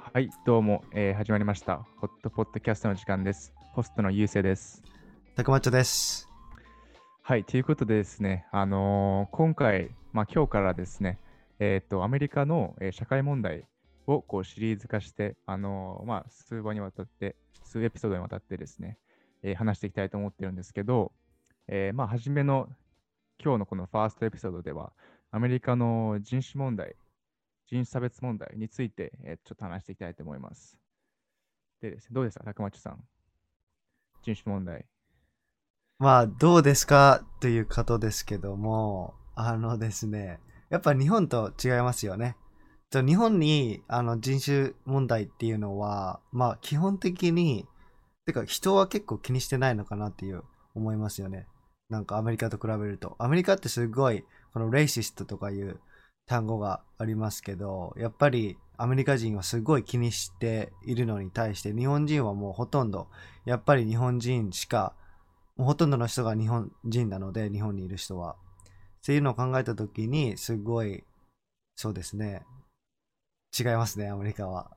はい、どうも、始まりました。ホットポッドキャストの時間です。ホストのゆうせいです。 たくまっちょです。 はい、ということでですね、今回、今日からですね、アメリカの、社会問題をこうシリーズ化して、数話にわたって、数エピソードにわたってですね、話していきたいと思ってるんですけど、初めの今日のこのファーストエピソードでは、アメリカの人種問題、人種差別問題について、ちょっと話していきたいと思います。でですね、どうですか、たくまちさん、人種問題。 どうですかということですけども、ですね、やっぱ日本と違いますよね。日本に人種問題っていうのは、基本的に、てか人は結構気にしてないのかなっていう思いますよね。なんかアメリカと比べると。アメリカってすごい、このレイシストとかいう単語がありますけど、やっぱりアメリカ人はすごい気にしているのに対して、日本人はもうほとんど、やっぱり日本人しかもうほとんどの人が日本人なので、日本にいる人は。っていうのを考えたときに、すごい、そうですね、違いますね、アメリカは。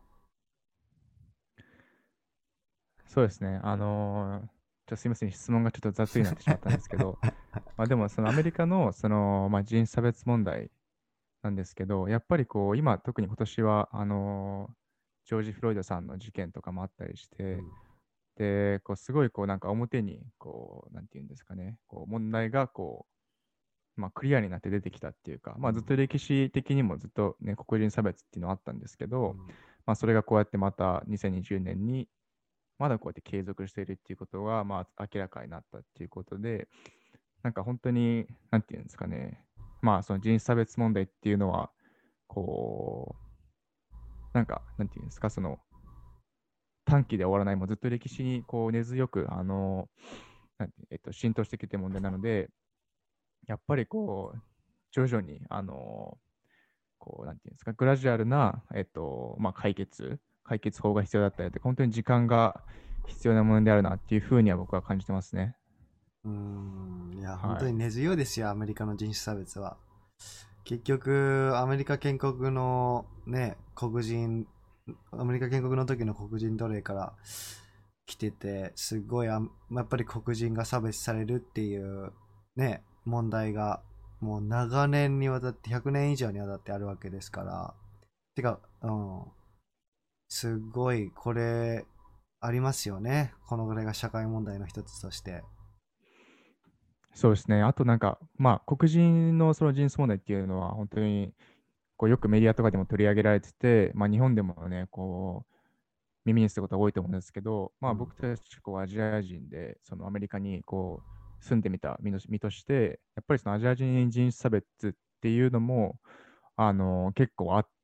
そうですね。すみません、質問がちょっと雑になってしまったんですけど、でも、そのアメリカの人種差別問題なんですけど、やっぱりこう、今、特に今年は、ジョージ・フロイドさんの事件とかもあったりして、 うん。 で、こうすごいこうなんか表に、こう、なんていうんですかね、こう問題がこう、クリアになって出てきたっていうか、ずっと歴史的にもずっとね、黒人差別っていうのはあったんですけど、 うん。 それがこうやってまた2020年にまだこうやって継続しているっていうことが、明らかになったっていうことで、なんか本当に、なんていうんですかね、その人種差別問題っていうのは、こう、なんか、なんていうんですか、その短期で終わらない、もうずっと歴史にこう根強く、なんて浸透してきている問題なので、やっぱりこう、徐々に、こう、なんていうんですか、グラジュアルな、解決法が必要だったりとか、本当に時間が必要なものであるなっていうふうには僕は感じてますね。 いや、本当にはい。 根強いですよ、アメリカの人種差別は。結局、アメリカ建国のね、黒人、アメリカ建国の時の黒人奴隷から来てて、すごいやっぱり黒人が差別されるっていうね、問題がもう長年にわたって、100年以上にわたってあるわけですから、てか、すごいこれありますよね。このぐらいが社会問題の一つとして。 そうですね。あとなんか、黒人のその人種問題っていうのは、本当にこうよくメディアとかでも取り上げられてて、日本でもね、こう、耳にすることが多いと思うんですけど、 うん。 僕たちこうアジア人で、そのアメリカにこう住んでみた身として、やっぱりそのアジア人人種差別っていうのも、結構あって、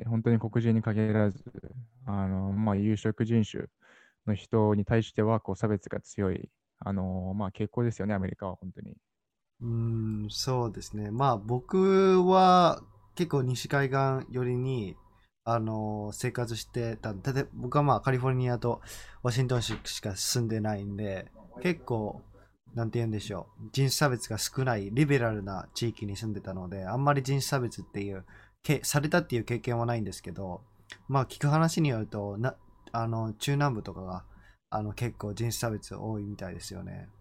本当に黒人に限らず、有色人種の人に対しては、こう差別が強い、傾向ですよね、アメリカは本当に。 そうですね。僕は結構西海岸寄りに、生活してた。例えば僕はカリフォルニアとワシントン州しか住んでないんで、結構、なんて言うんでしょう。人種差別が少ないリベラルな地域に住んでたので、あんまり人種差別っていう、されたっていう経験はないんですけど、聞く話によると、中南部とかが、結構人種差別多いみたいですよね。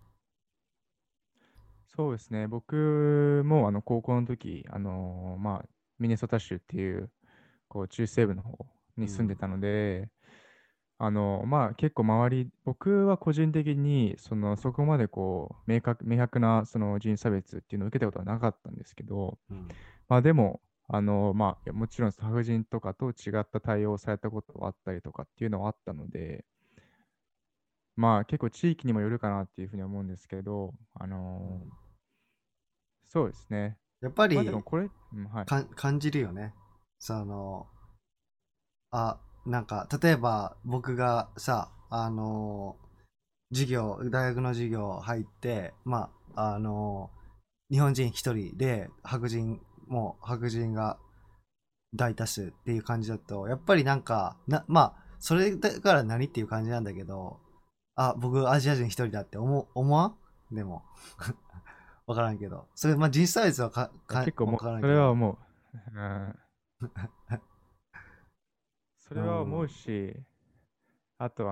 そうですね、僕も高校の時、ミネソタ州っていう、こう中西部の方うん。 に住んでたので、結構周り、僕は個人的にそこまでこう明白なその人種差別っていうのを受けたことはなかったんですけど、 うん。 でも、いやもちろん白人とかと違った対応をされたことはあったりとかっていうのはあったので、結構地域にもよるかなっていうふうに思うんですけど、 うん。 そうですね。 やっぱでもりこれ、はい。 感じるよね。その、なんか、例えば僕がさ、大学の授業入って、日本人一人で白人が大多数っていう感じだと、やっぱりなんか、それだから何っていう感じなんだけど、僕アジア人一人だって思わんでも、わからんけど。それ、実際率はわ結構もう、 からんそけど、 れはもう、うん、 そうれは思うん。 し、あと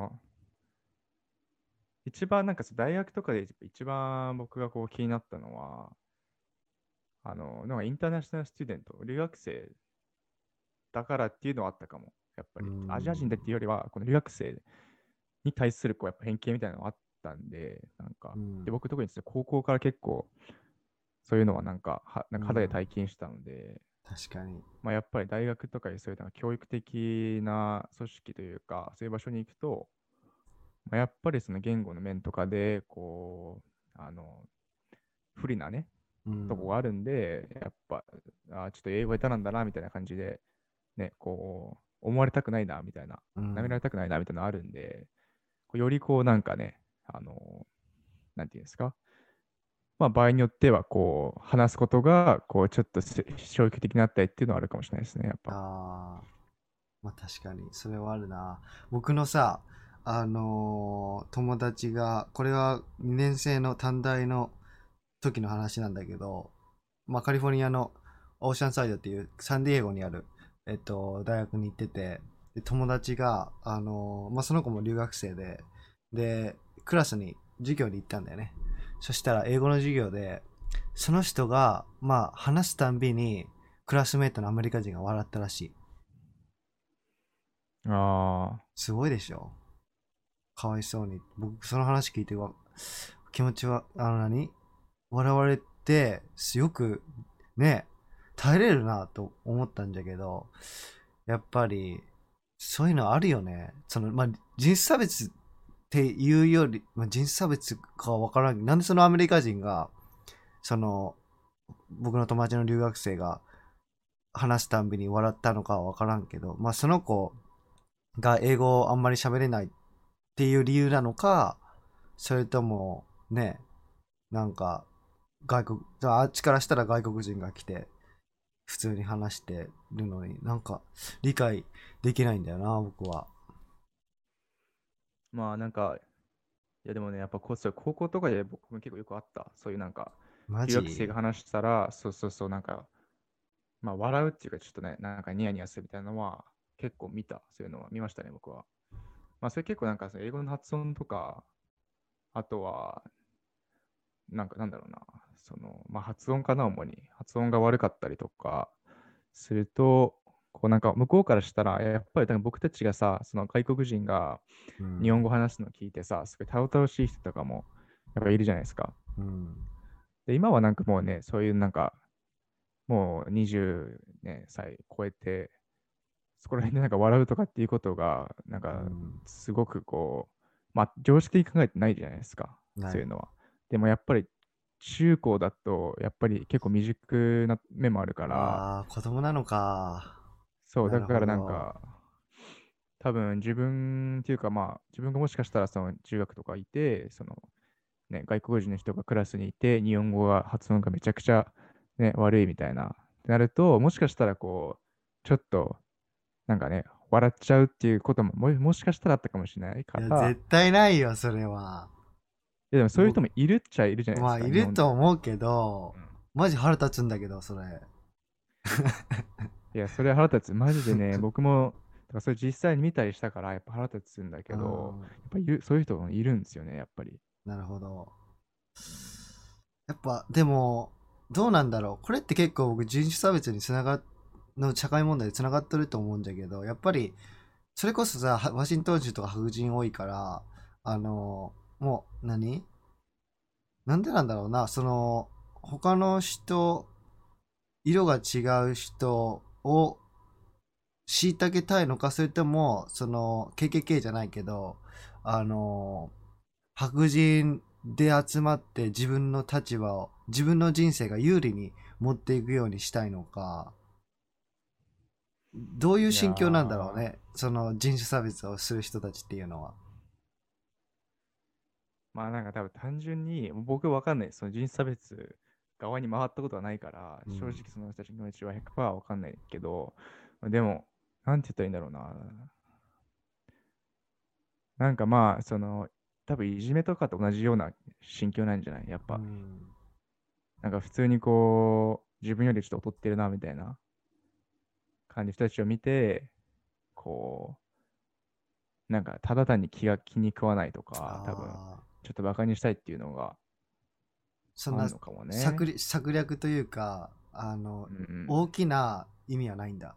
一番なんか大学とかで一番僕がこう気になったのは、なんかインターナショナルスチューデント、留学生だからっていうのはあったかも。やっぱうり、アジア人だっていうん。 よりは、この留学生に対するこうやっぱ偏見みたいなのがあったんで、なんか、で、 うん。 僕特に高校から結構、そういうのはなんか肌でうん。 体験したので、 確かに。 まあ、やっぱり大学とかそういうなんか教育的な組織というか、そういう場所に行くと、まあ、やっぱりその言語の面とかで、こう、不利なね、 うん。 とこがあるんで、やっぱ、ちょっと英語下手なんだな、みたいな感じで、ね、こう、思われたくないな、みたいな、舐められうん。 たくないな、みたいなのあるんで、こうよりこう、なんかね、なんていうんですか、まあ、場合によっては、こう、話すことが、こう、ちょっと消極的になったりっていうのはあるかもしれないですね、やっぱ。 ああ。まあ確かに、それはあるな。僕のさ、友達が、これは2年生の短大の時の話なんだけど、まあカリフォルニアのオーシャンサイドっていうサンディエゴにある、大学に行ってて、で友達が、まあその子も留学生で、クラスに授業に行ったんだよね。そしたら英語の授業で、その人が、まあ話すたんびに、クラスメイトのアメリカ人が笑ったらしい。 あすごいでしょ？かわいそうに。僕、その話聞いて気持ちは、笑われて、よく、ね、耐えれるなと思ったんだけど、やっぱり、そういうのあるよね。まあ、人種差別っていうより、まあ、人種差別かはわからんけど、なんでそのアメリカ人が、その、僕の友達の留学生が話すたんびに笑ったのかはわからんけど、まあ、その子が英語をあんまり喋れないっていう理由なのか、それとも、ね、なんか、あっちからしたら外国人が来て、普通に話してるのに、なんか、理解できないんだよな、僕は。 まあ、なんか、いやでもね、やっぱそう高校とかで僕も結構よくあった。そういうなんか、 マ留学生がジ？ 話したら、そうそうそう、なんか、まあ、笑うっていうか、ちょっとね、なんかニヤニヤするみたいなのは、結構見た。そういうのは見ましたね、僕は。まあ、それ結構なんか、その英語の発音とか、あとは、なんか、なんだろうな、まあ、発音かな、主に。発音が悪かったりとかすると、こうなんか向こうからしたら、やっぱり多分僕たちがさ、その外国人がうん。 日本語話すのを聞いてさ、すごいたどたどしい人とかもやっぱいるじゃないですか。 うん。 で、今はなんかもうね、そういうなんか、もう20、ね、歳超えて、そこら辺でなんか笑うとかっていうことが、なんか、 うん。 すごくこう、まあ、常識的に考えてないじゃないですか。 ない。 そういうのは。でもやっぱり、中高だと、やっぱり結構未熟な面もあるから、 ああ、子供なのか。 そう、 なるだからなんほど。 か、多分自分っていうかまあ、自分がもしかしたらその中学とかいて、ね、外国人の人がクラスにいて、日本語が発音がめちゃくちゃ、ね、悪いみたいな、ってなると、もしかしたらこう、ちょっと、なんかね、笑っちゃうっていうことももしかしたらあったかもしれないいや、 から、 絶対ないよ、それは。 いやでもそういう僕、 人もいるっちゃいるじゃないでまあ、 すか、 いる日本でも。 と思うけど、 うん、 マジ腹立つんだけど、それ。 いや、それは腹立つ。マジでね、僕も、だからそれ実際に見たりしたから、やっぱ腹立つんだうけど、 ん。 やっぱそういう人もいるんですよね、やっぱり。 なるほど。 うん、 やっぱ、でも、どうなんだろう。これって結構僕、人種差別にの社会問題でつながってると思うんだけど、やっぱり、それこそさ、ワシントン州とか白人多いから、もうなんでなんだろうな、他の人、色が違う人を虐げたいのか、それとも、KKK じゃないけど、あの、白人で集まって自分の人生が有利に持っていくようにしたいのか、どういういや心境なんだろうー、 ね。その人種差別をする人たちっていうのは。 まあなんか多分単純に、僕わかんない。その人種差別側に回ったことはないから、正うん。 直その人たちの気持ちは100%わかんないけど、でも、なんて言ったらいいんだろうな。なんかまあ、多分いじめとかと同じような心境なんじゃないやっうぱ。 ん。 なんか普通にこう、自分よりちょっと劣ってるな、みたいな感じの人たちを見て、 こなんかただ単に気に食わないとか、多分ああ、 ちょっとバカにしたいっていうのがそんなあんのかもね。 策略というか、 うんうん。 大きな意味はないんだ。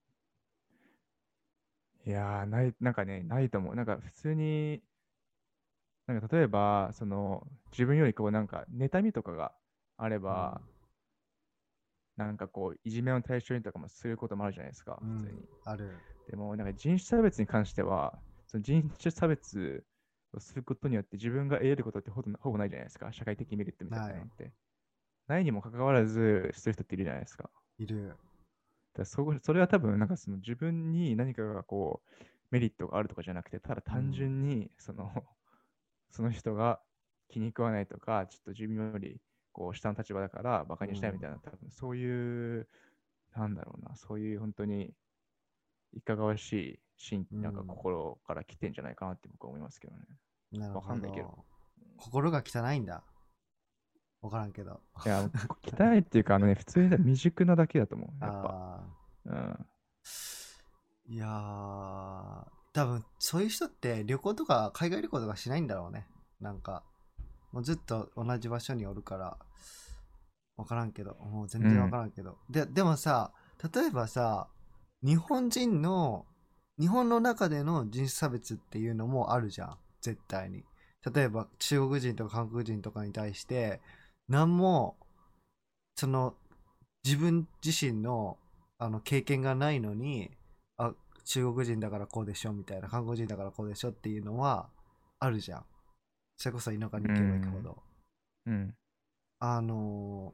いやー、なんかね、ないと思う。なんか普通に、なんか例えば、自分よりこう、なんか妬みとかがあれうん。 ば、なんかこう、いじめの対象にとかもすることもあるじゃないですか、 うん。 普通に。 ある。 でも、なんか人種差別に関しては、その人種差別をすることによって自分が得ることってほぼないじゃないですか、社会的メリットみたいない。 なのって。ないにもかかわらず、する人っているじゃないですか。 いる。 それは多分、なんかその自分に何かがこう、メリットがあるとかじゃなくて、ただ単うん。 純に、その人が気に食わないとか、ちょっと自分よりこう下の立場だからバカにしたいみうん。 たいな、多分そういう、なんだろうな、そういう本当にいかがわしいなんかうん。 心から来てんじゃないかなって僕は思いますけどね。 なるわかんないけど。 ほど。心が汚いんだ。わからんけど。 いや、汚いっていうか、普通に未熟なだけだと思う、やっぱ。 ああ。 うん。 いやー、多分そういう人って旅行とか海外旅行とかしないんだろうね。なんか、もうずっと同じ場所におるから、わからんけど、もう全然わうん。 からんけど。でもさ、例えばさ、日本人の、日本の中での人種差別っていうのもあるじゃん。絶対に。例えば中国人とか韓国人とかに対して、何も、その、自分自身の経験がないのに、あ、中国人だからこうでしょみたいな、韓国人だからこうでしょっていうのはあるじゃん。それこそ田舎にう行けば行くほん。 ど。 うん。 あの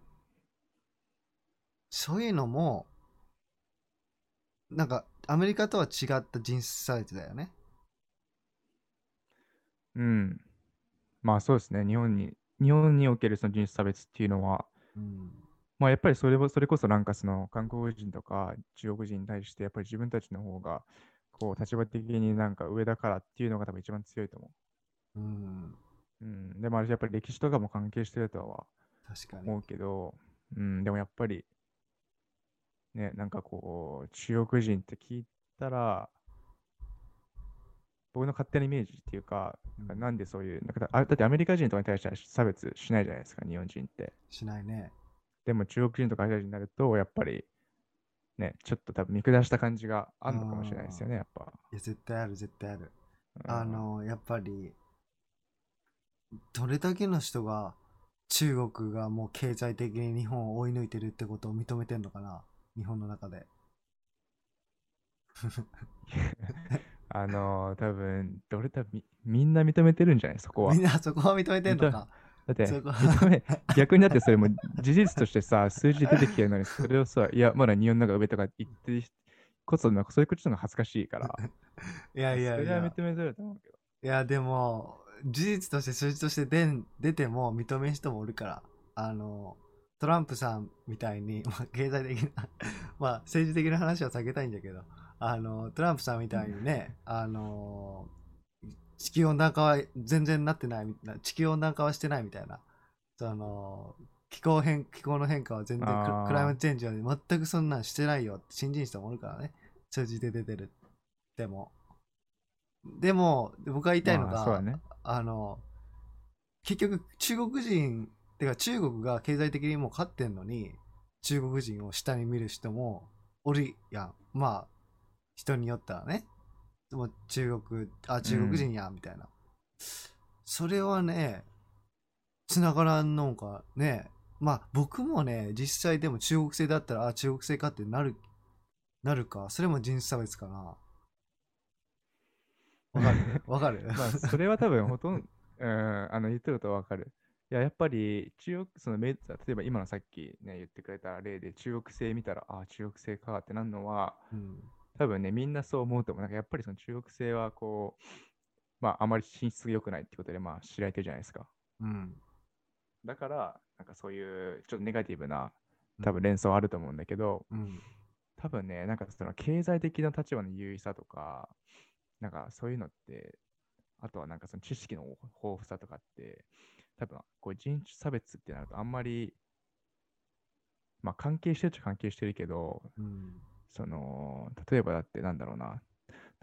そういうのも、なんかアメリカとは違った人種差別だよね。 うん。まあそうですね。日本におけるその人種差別っていうのは、 うん。 まあやっぱりそれこそなんかその韓国人とか中国人に対してやっぱり自分たちの方がこう立場的になんか上だからっていうのが多分一番強いと思うん。 う。うん。でもあれやっぱり歴史とかも関係してるとは確かに。 思うけど、うん。でもやっぱりね、なんかこう中国人って聞いたら、僕の勝手なイメージっていうか、 うん。 なんでそういう、だってアメリカ人とかに対しては差別しないじゃないですか、日本人って。 しないね。 でも中国人とかアジア人になると、やっぱりね、ちょっと多分見下した感じがああるのかもしれないですよね、やっぱ。 いや、絶対ある、絶対ある。 うん。 やっぱり、どれだけの人が中国がもう経済的に日本を追い抜いてるってことを認めてんのかな、日本の中で。 多分、みんな認めてるんじゃないそこは。 みんなそこは認めてんの認め、 か。 だって、 そこは逆になってそれも事実としてさ、数字出てきてるのに、それをさ、いや、まだ日本の方が上とか言ってこそ、なんかそういうことのが恥ずかしいから、 いやいそれは認やいや。 めてると思うけど。 いや、でも、事実として数字として出ても認めん人もおるから。トランプさんみたいに、まあ、経済的なまあ、政治的な話は避けたいんだけど、トランプさんみたいにね、地球温暖化は全然なってないみたいな、地球温暖化はしてないみたいな、その、気候の変化は全然クライマッあトチェンジは全くそんなんしてないよって信じる人もおるからね。数字で出てる。でも。でも、僕が言いたいのまあ、そうだが、 ね。 あの、結局中国人、てか中国が経済的にもう勝ってんのに、中国人を下に見る人もおるやん。まあ、人によったらね。もう中国うん。 人やん、みたいな。それはね、繋がらんのかね。まあ、僕もね、実際でも中国製だったら、中国製かってなるか。それも人種差別かな。わかるわかる。 まあ、それは多分ほとんど、うん、言ってることはわかる。いや、やっぱり例えば今のさっきね、言ってくれた例で中国製見たら、中国製かってなるのは、 うん。 多分ね、みんなそう思うと思う。なんかやっぱりその中国製はこう、まあ、あまり品質が良くないってことで、まあ、知られてるじゃないですか。 うん。 だから、なんかそういうちょっとネガティブなうん。 多分連想あると思うんだけど、 うん。 多分ね、なんかその経済的な立場の優位さとか、なんかそういうのって、あとはなんかその知識の豊富さとかって、多分こう人種差別ってなるとあんまり、まあ関係してるっちゃ関係してるけど、 うん。 例えばだってなんだろうな。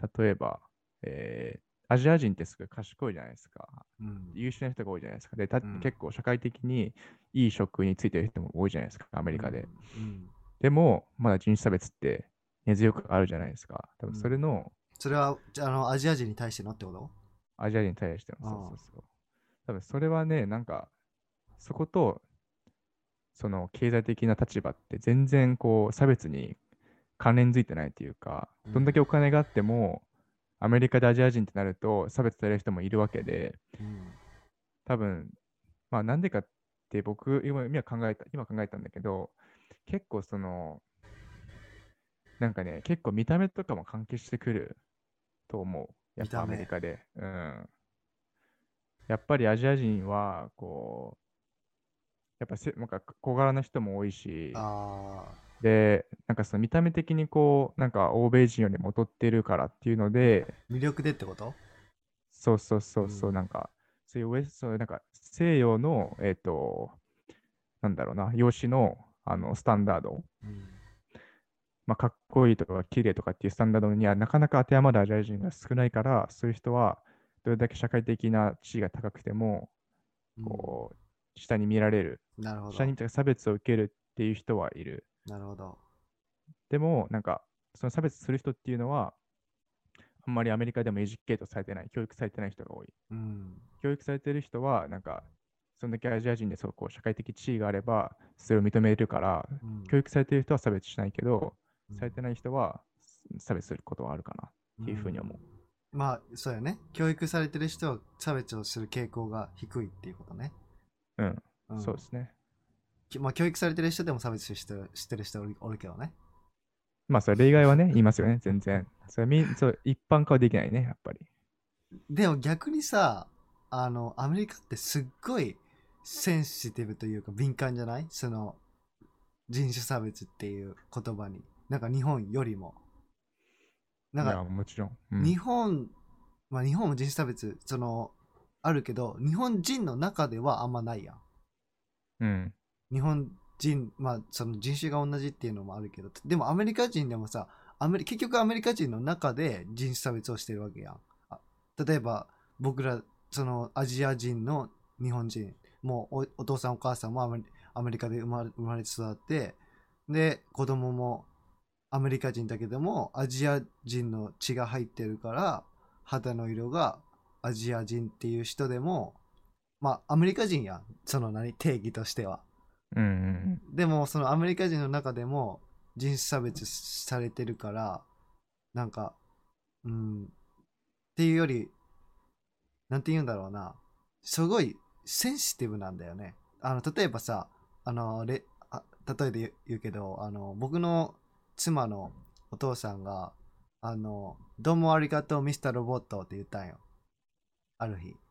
例えば、アジア人ってすごい賢いじゃないですか。 うん。 優秀な人が多いじゃないですか。で、 うん。 結構社会的にいい職についてる人も多いじゃないですか、アメうん。 リカで。 うん。 でも、まだ人種差別って根強くあるじゃないですか。多分それうん。 のそれは、アジア人に対してのってこと？ アジア人に対しての、そうあそうそう。多分それはね、なんか、そことその経済的な立場って全然こう差別に関連づいてないというか、 うん。 どんだけお金があっても、アメリカでアジア人ってなると差別される人もいるわけで、 うん。 多分、まあなんでかって僕、今考えたんだけど、結構その、なんかね、結構見た目とかも関係してくると思う。やっぱアメリ見た目。 カで。うん。やっぱりアジア人は、こう、やっぱなんか小柄な人も多いし、 ああ。 で、なんかその見た目的にこう、なんか欧米人よりも劣ってるからっていうので、 魅力でってこと？ そうそうそうそう、 うん。 なんか、そういうそういうなんか西洋の、なんだろうな、容姿の、スタンダード、 うん。 まあ、かっこいいとか綺麗とかっていうスタンダードにはなかなか当てはまるアジア人が少ないから、そういう人はどれだけ社会的な地位が高くても、 うん。 こう、下に見られる、 なるほど。 下に差別を受けるっていう人はいる。 なるほど。 でも、なんか、その差別する人っていうのは、あんまりアメリカでもエデュケートされてない、教育されてない人が多い。 うん。 教育されてる人は、なんか、そんだけアジア人でそうこう社会的地位があれば、それを認めるから、 うん。 教育されてる人は差別しないけど、 うん。 されてない人は差別することはあるかなっていうふうにうん。 思まあ、そうやね。教育されてる人は差別をする傾向が低いっていうことね。 う。うん、 うん。 そうですね。 まあ、教育されてる人でも差別してる人おるけどね。 まあ、それ例外はね、言いますよね、全然。そう一般化はできないね、やっぱり。 でも逆にさ、アメリカってすっごいセンシティブというか敏感じゃない？その人種差別っていう言葉に。なんか日本よりも。なんかいや、もちろん。うん。 日本、まあ日本も人種差別、あるけど、日本人の中ではあんまないやん。 うん。 日本人、まあその人種が同じっていうのもあるけど、でもアメリカ人でもさ、結局アメリカ人の中で人種差別をしてるわけやん。例えば僕ら、そのアジア人の日本人、もうお父さんお母さんもアメリカで生まれ育って、で、子供もアメリカ人だけども、アジア人の血が入ってるから、肌の色がアジア人っていう人でも、まあ、アメリカ人やん。その定義としては。 うんうんでも、そのアメリカ人の中でも人種差別されてるから、なんか、うん、っていうより、なんて言うんだろうな。すごいセンシティブなんだよね。例えばさ、あの、例えで言うけど、僕の妻のお父さんが、どうもありがとう、ミスターロボットって言ったんよ。ある日。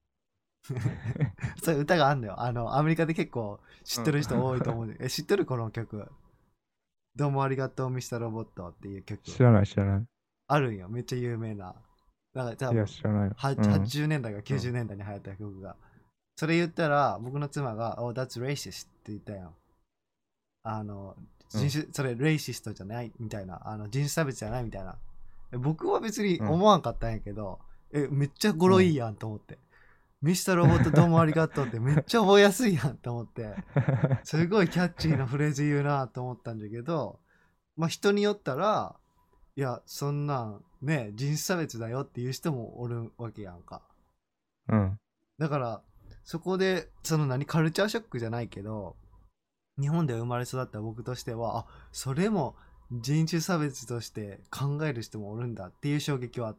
そういう歌があんのよ。アメリカで結構知っうん。 てる人多いと思うんで。知ってるこの曲。どうもありがとう、ミスターロボットっていう曲。 知らない、知らない。 あるんよ。めっちゃ有名な。だから多いや、 分、 知らない。うん。 80年代か90 うん。 年代に流行った曲が。それ言ったら、僕の妻が、Oh, that's racist って言ったよ。あの、 うん。 それ、レイシストじゃないみたいな。人種差別じゃないみたいな。僕は別にうん。 思わんかったんやけど、めっちゃ語うん。 呂いいやんと思って。ミスターロボットどうもありがとうってめっちゃ覚えやすいやんと思って。すごいキャッチーなフレーズ言うなと思ったんだけど、まあ人によったら、いや、そんなんね、人種差別だよっていう人もおるわけやんか。 うん。 だから、そこで、カルチャーショックじゃないけど、日本で生まれ育った僕としては、あ、それも人種差別として考える人もおるんだっていう衝撃はあった。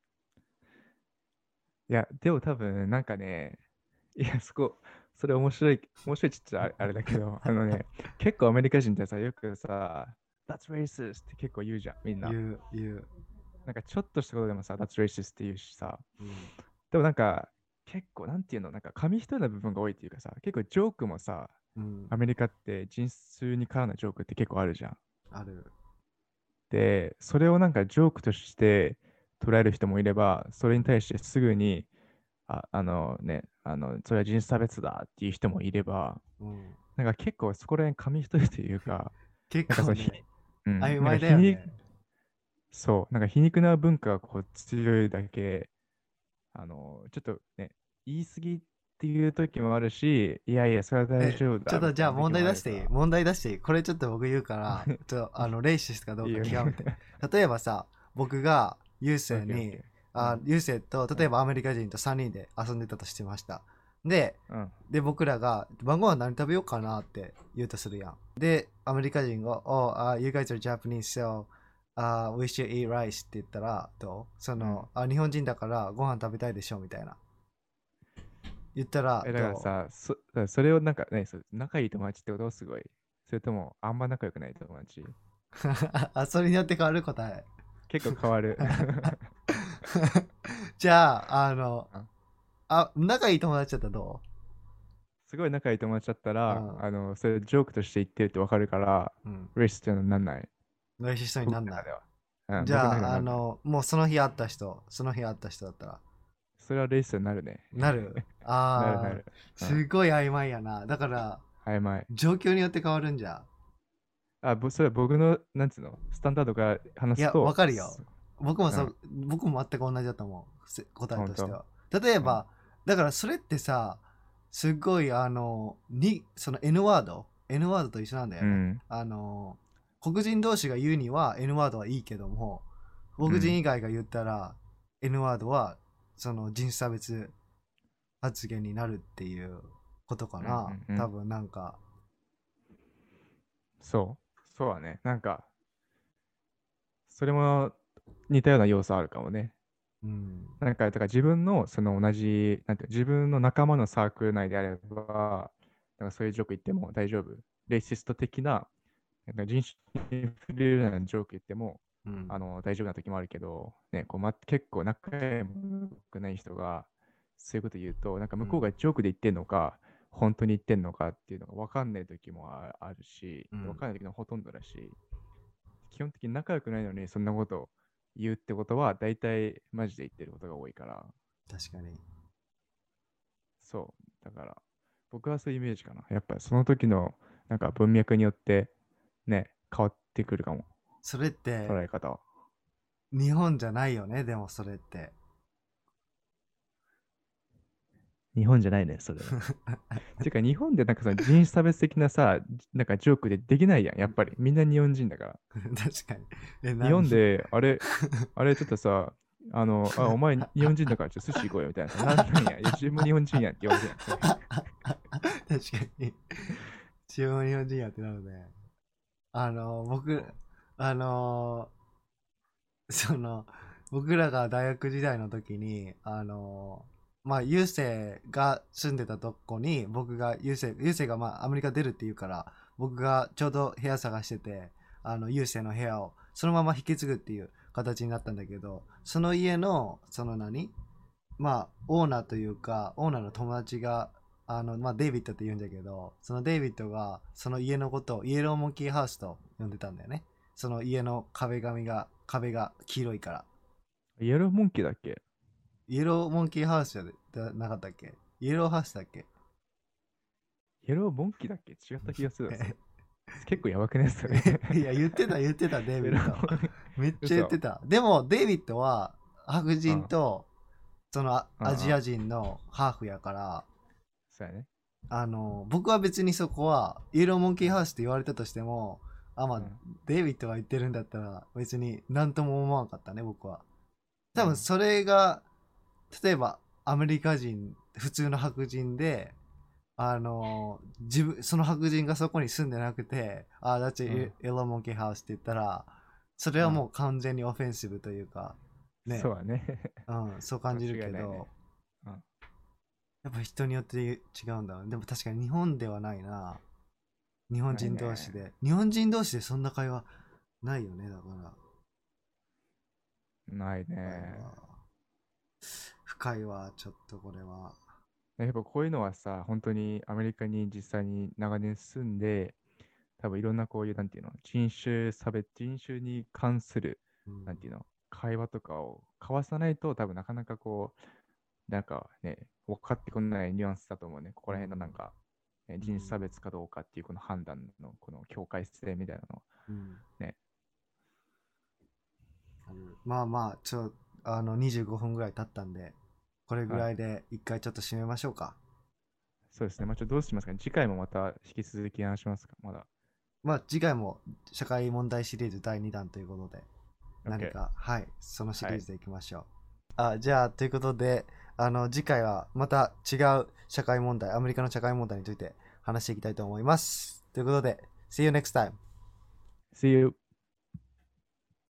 いや、でも多分、なんかね、いや、それ面白いちっちゃいあれだけど、結構アメリカ人ってさ、よくさ、That's racist って結構言うじゃん、みんな。 言う。 なんかちょっとしたことでもさ、That's racist って言うしさ、 うん。 でもなんか、結構、なんていうの、なんか紙一重な部分が多いっていうかさ、結構ジョークもさ、 うん。 アメリカって人種に絡んだジョークって結構あるじゃん。 ある。 で、それをなんかジョークとして捉える人もいれば、それに対してすぐに、それは人種差別だっていう人もいれば、 うん。 なんか結構そこら辺紙一重というか、なんかそのひ、 結構ね、 うん、 曖なんか皮肉、 昧だよね。 そう、なんか皮肉な文化がこう強いだけ、ちょっとね、言い過ぎっていう時もあるし、いやいや、それは大丈夫ちょっとじゃあだみたいな時もあるから、 問題出していいこれちょっと僕言うから、レイシストかどうかいいよね。 極めて。例えばさ、僕がユーオセに、 ッケーオッケー。うん。 ユーセと、 うん。 例えばアメリカ人と3人で遊んでたとしてました。で、 うん。 僕らが晩ご飯何食べようかなって言うとするやん。で、アメリカ人が、you guys are Japanese, so, we should eat rice って言ったら、どううん。 日本人だからご飯食べたいでしょみたいな。言ったら、 だからどさ、だからそれをなんかね、仲いい友達ってことすごい。それとも、あんま仲良くない友達。 うそれによって変わる答え。 結構変わる。 じゃあ、 あ仲いい友達だったらどすごい仲いい友達だったら、 うそれジョークとして言ってるってわかるから、 うん。 レースっていうのになんない。 嬉しい人になんない。 僕の中では。うん、僕の中でじゃあ、 はなんない。 もうその日会った人、その日会った人だったら、 それはレースになるね。 なるなる。うん。 すごい曖昧やな。だから、 曖昧。 状況によって変わるんじゃ。 それは僕の、なんつうの、スタンダードからいや、わ話すと、 かるよ。 うん、 僕も全く同じだと思う。答え本当。 としては。例えうん。 ば、だからそれってさ、すっごい、その N ワードと一緒なんだよね。 うん。 黒人同士が言うには N ワードはいいけども、黒人うん。 以外が言ったら N ワードはその人種差別発言になるっていうことかうん。 な。 うん。うん。 多分なんか、 そう。そうはね。なんか、それも似たような要素あるかもね。 うん、 なんか、だから自分のその同じ、なんていうの自分の仲間のサークル内であれば、なんかそういうジョーク言っても大丈夫。レイシスト的な、なんか人種に触れるようなジョーク言っても、 うん、 大丈夫な時もあるけど、ね、結構仲良くない人が、そういうこと言うと、なんか向こううん、 がジョークで言ってんのか、本当に言ってんのかっていうのが分かんない時もあるし、分うん。 かんない時のほとんどだし、基本的に仲良くないのにそんなことを言うってことは、大体マジで言ってることが多いから、 確かに。 そう。だから、僕はそういうイメージかな。やっぱりその時のなんか文脈によってね、変わってくるかも、 それって捉え方は。 日本じゃないよね、でもそれって。 日本じゃないね、それは。てか、日本でなんかその人種差別的なさ、なんかジョークでできないやん。やっぱり。みんな日本人だから。 確かに。 日本で、あれちょっとさ、お前日本人だからちょっと寿司行こうよみたいなさ。なんや。いや、自分も日本人やんって言われるやん。それ確かに。自分は日本人やってなるね。僕、 そあのその、僕らが大学時代の時に、ゆうせいが住んでたとこに、ゆうせいがアメリカ出るって言うから、僕がちょうど部屋探してて、ゆうせいの部屋をそのまま引き継ぐっていう形になったんだけど、その家の、オーナーというか、オーナーの友達が、デイビッドって言うんだけど、そのデイビッドが、その家のことをイエローモンキーハウスと呼んでたんだよね。その家の壁が黄色いから。 う。イエローモンキーだっけ？ イエローモンキーハウスじゃなかったっけ？イエローハウスだっけ？ イエローモンキーだっけ？違った気がするわ、それ。結構やばくね、それ。 いや、言ってた、デイイエロビッド。 ーモンキー、 めっちゃ言って嘘。 た。でも、デイビッドは白うん。 人と、そのアジアうんうん。 人のハーフやから、 そうやね。 僕は別にそこは、イエローモンキーうん。 ハウスって言われたとしても、 うん。 デイビッドが言ってるんだったら、別に何とも思わなかったね、僕は。多分うん。 それが、例えばアメリカ人、普通の白人で、その白人がそこに住んでなくて、that's うん。 a yellow monkey house って言ったら、それうん。 はもう完全にオフェンシブというか、ね、 そうだね。 そう感じる間違いないね。 けど、 うん。 やっぱ人によって違うんだろうね。でも確かに日本ではないな。日本ない人同士ね。 で。日本人同士でそんな会話ないよね、だから。 ない深いね。 わ。深いわ、ちょっとこれは。 やっぱこういうのはさ、本当にアメリカに実際に長年住んで、多分いろんなこういう、なんていうの、人種に関する、 うん。 なんていうの、会話とかを交わさないと、多分なかなかこう、なんかね、分かってこないニュアンスだと思うね。ここら辺のなんか、 うん。 人種差別かどうかっていうこの判断のこの境界性みたいなのうん。 ね。 まあまあ、25分ぐらい経ったんで、これぐはい。 らいで一回ちょっと締めましょうか。 そうですね。まあ、どうしますかね。次回もまた引き続き話しますか。まだ。 まあ次回も社会問題シリーズ第2弾ということで、何 OK。 か、はい、そのシはい。 リーズでいきましょう。じゃあ、ということで、次回はまた違う社会問題、アメリカの社会問題について話していきたいと思います。ということで、See you next time! See you!